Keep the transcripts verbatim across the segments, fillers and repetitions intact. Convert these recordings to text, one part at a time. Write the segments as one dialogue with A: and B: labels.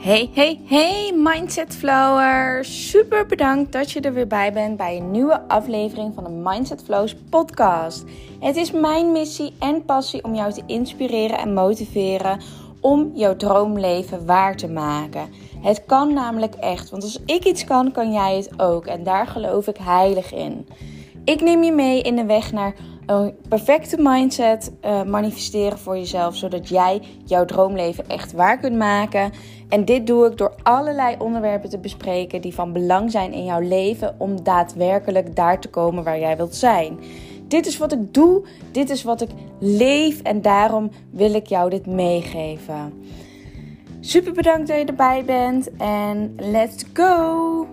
A: Hey, hey, hey Mindset Flower! Super bedankt dat je er weer bij bent bij een nieuwe aflevering van de Mindset Flows podcast. Het is mijn missie en passie om jou te inspireren en motiveren om jouw droomleven waar te maken. Het kan namelijk echt, want als ik iets kan, kan jij het ook. En daar geloof ik heilig in. Ik neem je mee in de weg naar een perfecte mindset uh, manifesteren voor jezelf, zodat jij jouw droomleven echt waar kunt maken. En dit doe ik door allerlei onderwerpen te bespreken die van belang zijn in jouw leven om daadwerkelijk daar te komen waar jij wilt zijn. Dit is wat ik doe, dit is wat ik leef en daarom wil ik jou dit meegeven. Super bedankt dat je erbij bent en let's go!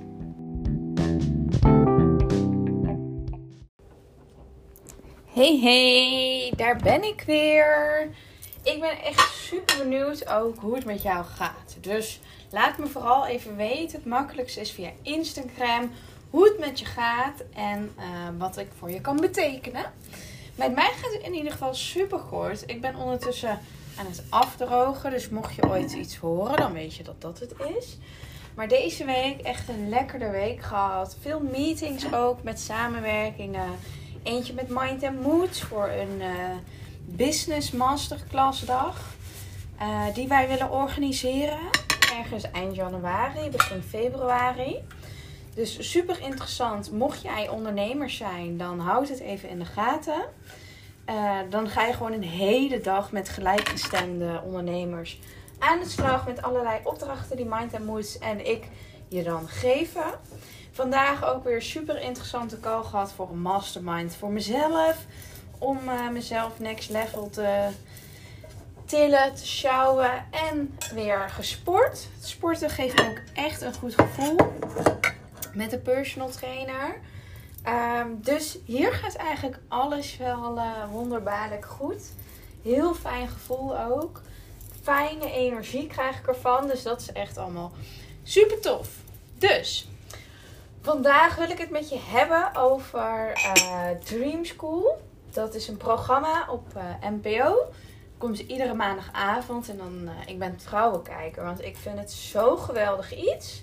A: Hey hey, daar ben ik weer. Ik ben echt super benieuwd ook hoe het met jou gaat. Dus laat me vooral even weten. Het makkelijkste is via Instagram hoe het met je gaat en uh, wat ik voor je kan betekenen. Met mij gaat het in ieder geval super goed. Ik ben ondertussen aan het afdrogen. Dus mocht je ooit iets horen, dan weet je dat dat het is. Maar deze week echt een lekkere week gehad. Veel meetings ook met samenwerkingen. Eentje met Mind and Moods voor een uh, business masterclass dag. Uh, die wij willen organiseren. Ergens eind januari, begin februari. Dus super interessant. Mocht jij ondernemer zijn, dan houd het even in de gaten. Uh, dan ga je gewoon een hele dag met gelijkgestemde ondernemers aan de slag. Met allerlei opdrachten die Mind and Moods en ik je dan geven. Vandaag ook weer een super interessante call gehad voor een mastermind voor mezelf. Om uh, mezelf next level te tillen, te sjouwen en weer gesport. Sporten geeft ook echt een goed gevoel met een personal trainer. Um, dus hier gaat eigenlijk alles wel uh, wonderbaarlijk goed. Heel fijn gevoel ook. Fijne energie krijg ik ervan. Dus dat is echt allemaal super tof. Dus vandaag wil ik het met je hebben over uh, Dream School. Dat is een programma op uh, N P O. Komt iedere maandagavond en dan, uh, ik ben trouwenkijker, want ik vind het zo geweldig iets.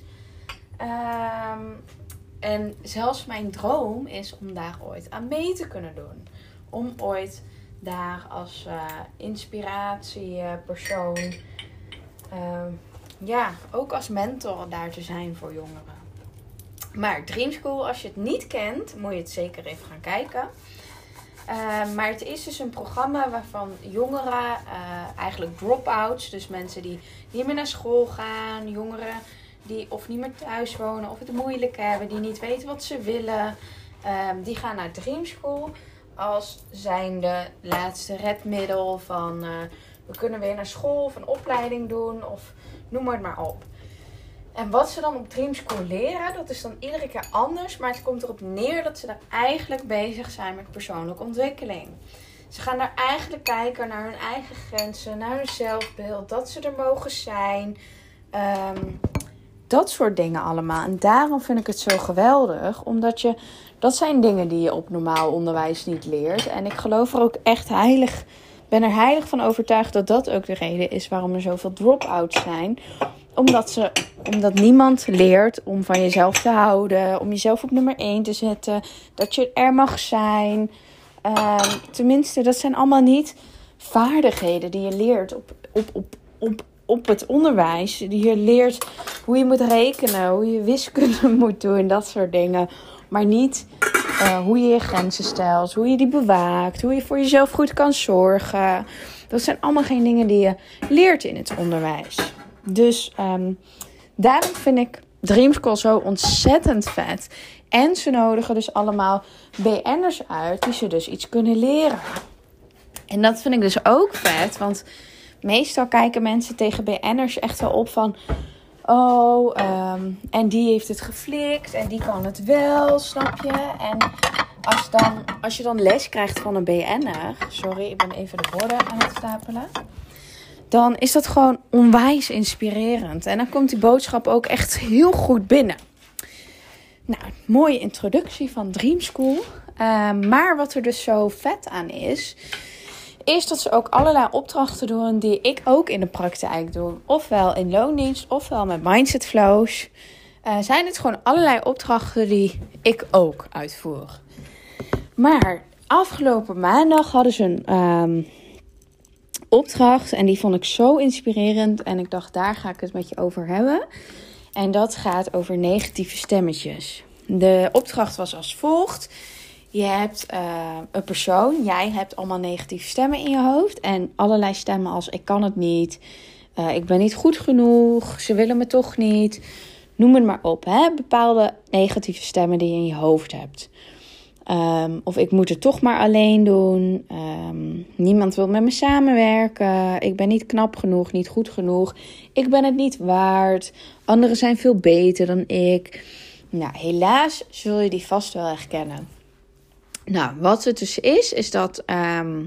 A: Um, en zelfs mijn droom is om daar ooit aan mee te kunnen doen. Om ooit daar als uh, inspiratiepersoon, uh, ja, ook als mentor daar te zijn voor jongeren. Maar Dream School, als je het niet kent, moet je het zeker even gaan kijken. Uh, maar het is dus een programma waarvan jongeren, uh, eigenlijk drop-outs, dus mensen die niet meer naar school gaan, jongeren die of niet meer thuis wonen of het moeilijk hebben, die niet weten wat ze willen, uh, die gaan naar Dream School als zijnde laatste redmiddel van uh, we kunnen weer naar school of een opleiding doen of noem het maar op. En wat ze dan op Dream School leren, dat is dan iedere keer anders. Maar het komt erop neer dat ze daar eigenlijk bezig zijn met persoonlijke ontwikkeling. Ze gaan daar eigenlijk kijken naar hun eigen grenzen, naar hun zelfbeeld. Dat ze er mogen zijn. Um, dat soort dingen allemaal. En daarom vind ik het zo geweldig. Omdat je, dat zijn dingen die je op normaal onderwijs niet leert. En ik geloof er ook echt heilig, ben er heilig van overtuigd dat dat ook de reden is waarom er zoveel drop-outs zijn. Omdat, ze, omdat niemand leert om van jezelf te houden. Om jezelf op nummer één te zetten. Dat je er mag zijn. Uh, tenminste, dat zijn allemaal niet vaardigheden die je leert op, op, op, op, op het onderwijs. Die je leert hoe je moet rekenen. Hoe je wiskunde moet doen. Dat soort dingen. Maar niet uh, hoe je je grenzen stelt. Hoe je die bewaakt. Hoe je voor jezelf goed kan zorgen. Dat zijn allemaal geen dingen die je leert in het onderwijs. Dus um, daarom vind ik Dream School zo ontzettend vet. En ze nodigen dus allemaal B N'ers uit die ze dus iets kunnen leren. En dat vind ik dus ook vet. Want meestal kijken mensen tegen B N'ers echt wel op van oh, um, en die heeft het geflikt en die kan het wel, snap je? En als, dan, als je dan les krijgt van een B N'er, sorry, ik ben even de woorden aan het stapelen. Dan is dat gewoon onwijs inspirerend. En dan komt die boodschap ook echt heel goed binnen. Nou, mooie introductie van Dream School. Uh, maar wat er dus zo vet aan is, is dat ze ook allerlei opdrachten doen die ik ook in de praktijk doe. Ofwel in loondienst, ofwel met Mindset Flows. Uh, zijn het gewoon allerlei opdrachten die ik ook uitvoer. Maar afgelopen maandag hadden ze een um, opdracht en die vond ik zo inspirerend. En ik dacht, daar ga ik het met je over hebben. En dat gaat over negatieve stemmetjes. De opdracht was als volgt. Je hebt uh, een persoon, jij hebt allemaal negatieve stemmen in je hoofd. En allerlei stemmen als ik kan het niet, uh, ik ben niet goed genoeg, ze willen me toch niet. Noem het maar op, hè? Bepaalde negatieve stemmen die je in je hoofd hebt. Um, of ik moet het toch maar alleen doen. Um, niemand wil met me samenwerken. Ik ben niet knap genoeg, niet goed genoeg. Ik ben het niet waard. Anderen zijn veel beter dan ik. Nou, helaas zul je die vast wel herkennen. Nou, wat het dus is, is dat um,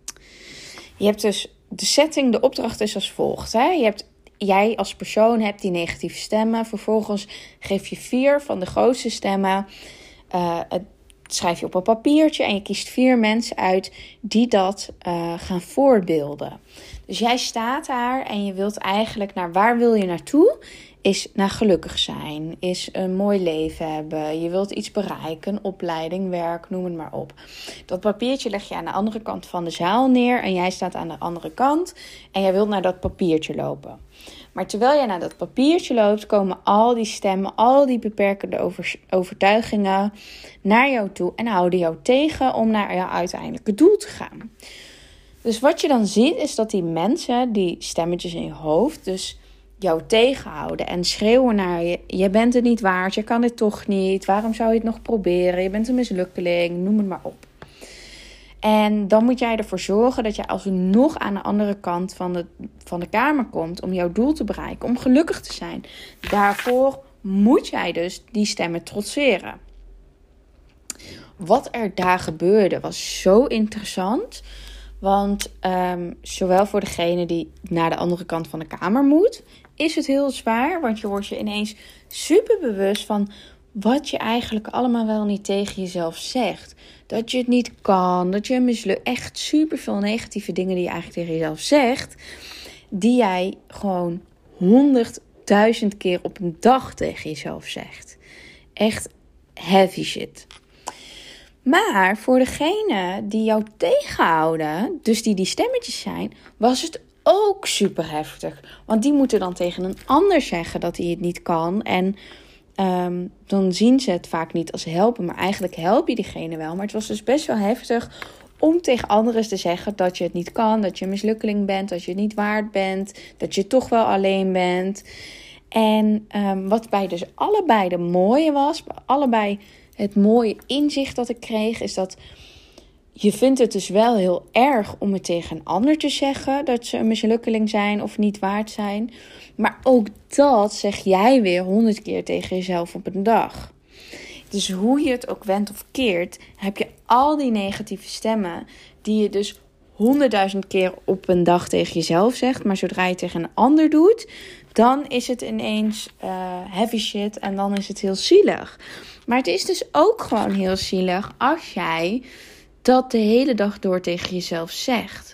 A: je hebt dus de setting, de opdracht is als volgt. Hè? Je hebt, jij als persoon hebt die negatieve stemmen. Vervolgens geef je vier van de grootste stemmen. Uh, het schrijf je op een papiertje en je kiest vier mensen uit die dat uh, gaan voorbeelden. Dus jij staat daar en je wilt eigenlijk naar waar wil je naartoe? Is naar gelukkig zijn, is een mooi leven hebben. Je wilt iets bereiken, opleiding, werk, noem het maar op. Dat papiertje leg je aan de andere kant van de zaal neer en jij staat aan de andere kant en jij wilt naar dat papiertje lopen. Maar terwijl jij naar dat papiertje loopt, komen al die stemmen, al die beperkende over, overtuigingen naar jou toe en houden jou tegen om naar jouw uiteindelijke doel te gaan. Dus wat je dan ziet is dat die mensen, die stemmetjes in je hoofd, dus jou tegenhouden en schreeuwen naar je. Je bent het niet waard, je kan dit toch niet. Waarom zou je het nog proberen? Je bent een mislukkeling, noem het maar op. En dan moet jij ervoor zorgen dat je alsnog aan de andere kant van de, van de kamer komt om jouw doel te bereiken, om gelukkig te zijn. Daarvoor moet jij dus die stemmen trotseren. Wat er daar gebeurde was zo interessant. Want um, zowel voor degene die naar de andere kant van de kamer moet, is het heel zwaar. Want je wordt je ineens super bewust van wat je eigenlijk allemaal wel niet tegen jezelf zegt. Dat je het niet kan, dat je mislukt. Echt super veel negatieve dingen die je eigenlijk tegen jezelf zegt. Die jij gewoon honderdduizend keer op een dag tegen jezelf zegt. Echt heavy shit. Maar voor degene die jou tegenhouden, dus die die stemmetjes zijn, was het ook super heftig. Want die moeten dan tegen een ander zeggen dat hij het niet kan. En um, dan zien ze het vaak niet als helpen, maar eigenlijk help je diegene wel. Maar het was dus best wel heftig om tegen anderen te zeggen dat je het niet kan, dat je een mislukkeling bent, dat je het niet waard bent, dat je toch wel alleen bent. En um, wat bij dus allebei de mooie was, bij allebei het mooie inzicht dat ik kreeg, is dat je vindt het dus wel heel erg om het tegen een ander te zeggen, dat ze een mislukkeling zijn of niet waard zijn. Maar ook dat zeg jij weer honderd keer tegen jezelf op een dag. Dus hoe je het ook wendt of keert, heb je al die negatieve stemmen die je dus honderdduizend keer op een dag tegen jezelf zegt. Maar zodra je het tegen een ander doet, dan is het ineens uh, heavy shit en dan is het heel zielig. Maar het is dus ook gewoon heel zielig als jij dat de hele dag door tegen jezelf zegt.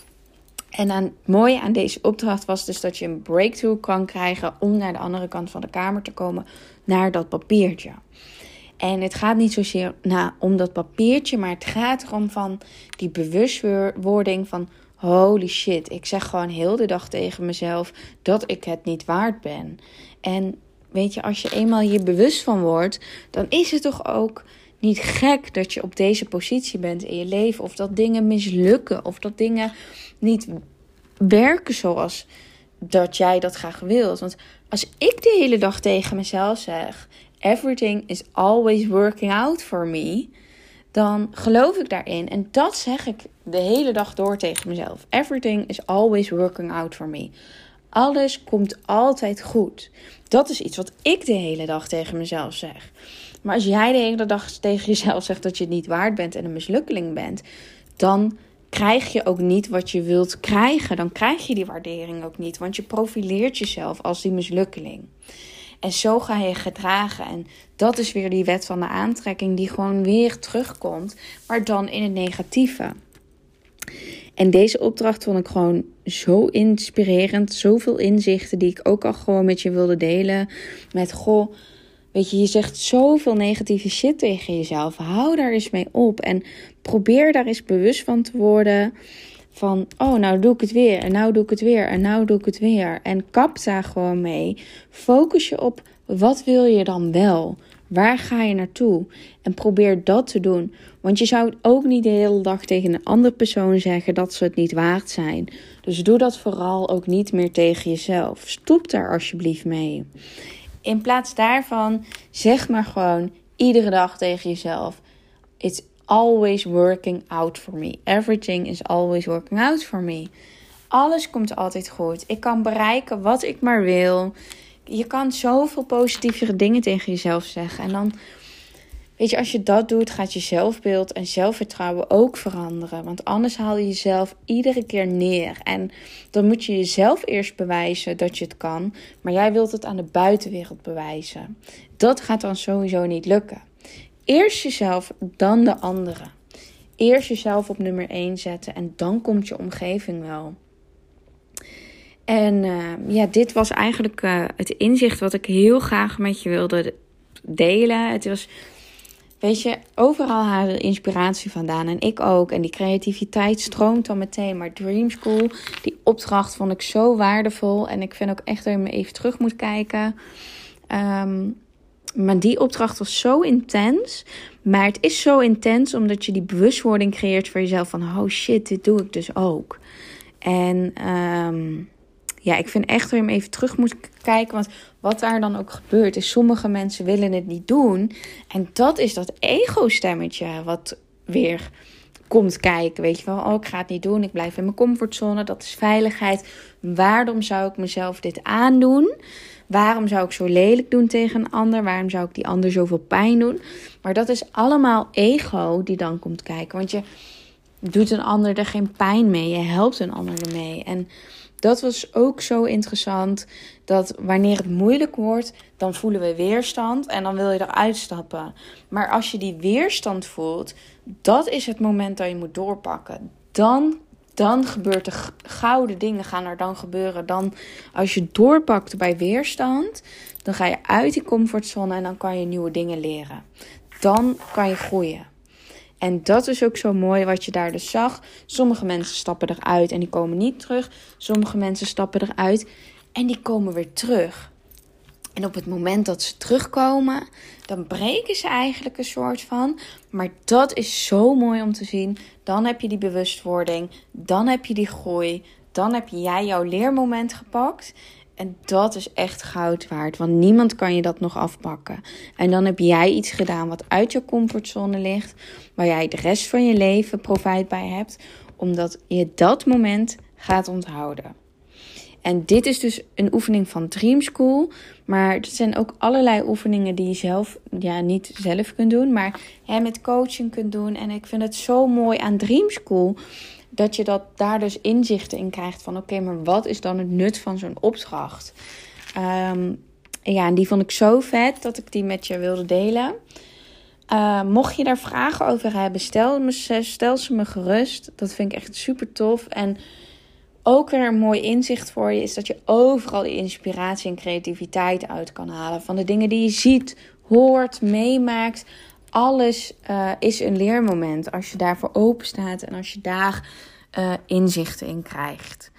A: En aan, het mooie aan deze opdracht was dus dat je een breakthrough kan krijgen om naar de andere kant van de kamer te komen, naar dat papiertje. En het gaat niet zozeer nou, om dat papiertje, maar het gaat erom van die bewustwording van holy shit, ik zeg gewoon heel de dag tegen mezelf dat ik het niet waard ben. En weet je, als je eenmaal hier bewust van wordt, dan is het toch ook niet gek dat je op deze positie bent in je leven. Of dat dingen mislukken. Of dat dingen niet werken zoals dat jij dat graag wilt. Want als ik de hele dag tegen mezelf zeg, everything is always working out for me, dan geloof ik daarin. En dat zeg ik de hele dag door tegen mezelf. Everything is always working out for me. Alles komt altijd goed. Dat is iets wat ik de hele dag tegen mezelf zeg. Maar als jij de hele dag tegen jezelf zegt dat je het niet waard bent en een mislukkeling bent, dan krijg je ook niet wat je wilt krijgen. Dan krijg je die waardering ook niet, want je profileert jezelf als die mislukkeling. En zo ga je gedragen. En dat is weer die wet van de aantrekking die gewoon weer terugkomt, maar dan in het negatieve.
B: En deze opdracht vond ik gewoon zo inspirerend. Zoveel inzichten die ik ook al gewoon met je wilde delen. Met goh, weet je, je zegt zoveel negatieve shit tegen jezelf. Hou daar eens mee op. En probeer daar eens bewust van te worden. Van, oh, nou doe ik het weer. En nou doe ik het weer. En nou doe ik het weer. En kap daar gewoon mee. Focus je op, wat wil je dan wel? Waar ga je naartoe? En probeer dat te doen. Want je zou ook niet de hele dag tegen een andere persoon zeggen dat ze het niet waard zijn. Dus doe dat vooral ook niet meer tegen jezelf. Stop daar alsjeblieft mee. In plaats daarvan, zeg maar gewoon iedere dag tegen jezelf: It's always working out for me. Everything is always working out for me. Alles komt altijd goed. Ik kan bereiken wat ik maar wil. Je kan zoveel positievere dingen tegen jezelf zeggen. En dan, weet je, als je dat doet, gaat je zelfbeeld en zelfvertrouwen ook veranderen. Want anders haal je jezelf iedere keer neer. En dan moet je jezelf eerst bewijzen dat je het kan. Maar jij wilt het aan de buitenwereld bewijzen. Dat gaat dan sowieso niet lukken. Eerst jezelf, dan de anderen. Eerst jezelf op nummer één zetten en dan komt je omgeving wel. En uh, ja, dit was eigenlijk uh, het inzicht wat ik heel graag met je wilde delen. Het was, weet je, overal haalde inspiratie vandaan. En ik ook. En die creativiteit stroomt dan meteen. Maar Dream School, die opdracht vond ik zo waardevol. En ik vind ook echt dat je me even terug moet kijken. Um, maar die opdracht was zo intens. Maar het is zo intens omdat je die bewustwording creëert voor jezelf. Van, oh shit, dit doe ik dus ook. En um, ja, ik vind echt dat je hem even terug moet kijken. Want wat daar dan ook gebeurt is, sommige mensen willen het niet doen. En dat is dat ego-stemmetje wat weer komt kijken. Weet je wel, oh, ik ga het niet doen. Ik blijf in mijn comfortzone. Dat is veiligheid. Waarom zou ik mezelf dit aandoen? Waarom zou ik zo lelijk doen tegen een ander? Waarom zou ik die ander zoveel pijn doen? Maar dat is allemaal ego die dan komt kijken. Want je doet een ander er geen pijn mee. Je helpt een ander ermee. En dat was ook zo interessant. Dat wanneer het moeilijk wordt, dan voelen we weerstand. En dan wil je eruit stappen. Maar als je die weerstand voelt, dat is het moment dat je moet doorpakken. Dan, dan gebeurt er gouden dingen gaan er dan gebeuren. Dan als je doorpakt bij weerstand, dan ga je uit die comfortzone en dan kan je nieuwe dingen leren. Dan kan je groeien. En dat is ook zo mooi wat je daar dus zag. Sommige mensen stappen eruit en die komen niet terug. Sommige mensen stappen eruit en die komen weer terug. En op het moment dat ze terugkomen, dan breken ze eigenlijk een soort van. Maar dat is zo mooi om te zien. Dan heb je die bewustwording. Dan heb je die groei. Dan heb jij jouw leermoment gepakt. En dat is echt goud waard. Want niemand kan je dat nog afpakken. En dan heb jij iets gedaan wat uit je comfortzone ligt. Waar jij de rest van je leven profijt bij hebt. Omdat je dat moment gaat onthouden. En dit is dus een oefening van Dream School. Maar er zijn ook allerlei oefeningen die je zelf, ja, niet zelf kunt doen. Maar hè, met coaching kunt doen. En ik vind het zo mooi aan Dream School, dat je dat daar dus inzichten in krijgt van, oké, okay, maar wat is dan het nut van zo'n opdracht? Um, ja, en die vond ik zo vet dat ik die met je wilde delen. Uh, mocht je daar vragen over hebben, stel, me, stel ze me gerust. Dat vind ik echt super tof. En ook weer een mooi inzicht voor je is dat je overal die inspiratie en creativiteit uit kan halen. Van de dingen die je ziet, hoort, meemaakt. Alles uh, is een leermoment als je daarvoor open staat en als je daar uh, inzichten in krijgt.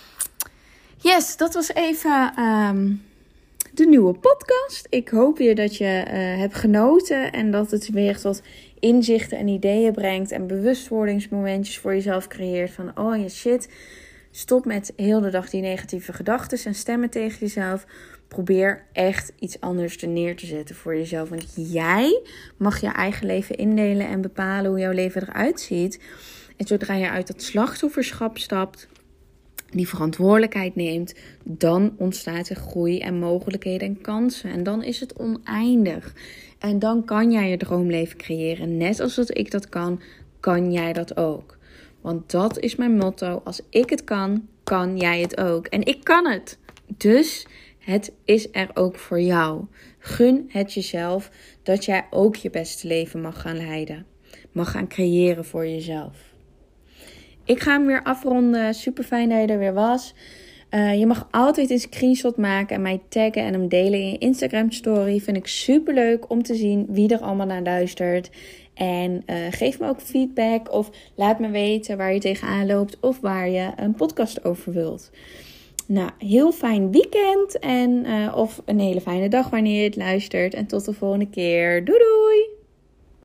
B: Yes, dat was even um, de nieuwe podcast. Ik hoop weer dat je uh, hebt genoten en dat het weer tot inzichten en ideeën brengt en bewustwordingsmomentjes voor jezelf creëert. Van, oh ja, shit, stop met heel de dag die negatieve gedachten en stemmen tegen jezelf. Probeer echt iets anders er neer te zetten voor jezelf. Want jij mag je eigen leven indelen en bepalen hoe jouw leven eruit ziet. En zodra je uit dat slachtofferschap stapt, die verantwoordelijkheid neemt, dan ontstaat er groei en mogelijkheden en kansen. En dan is het oneindig. En dan kan jij je droomleven creëren. Net als dat ik dat kan, kan jij dat ook. Want dat is mijn motto. Als ik het kan, kan jij het ook. En ik kan het. Dus het is er ook voor jou. Gun het jezelf dat jij ook je beste leven mag gaan leiden. Mag gaan creëren voor jezelf. ik ga hem weer afronden. Super fijn dat je er weer was. Uh, je mag altijd een screenshot maken en mij taggen en hem delen in je Instagram story. Vind ik super leuk om te zien wie er allemaal naar luistert. En uh, geef me ook feedback of laat me weten waar je tegenaan loopt of waar je een podcast over wilt. Nou, heel fijn weekend en uh, of een hele fijne dag wanneer je het luistert. En tot de volgende keer. Doei doei!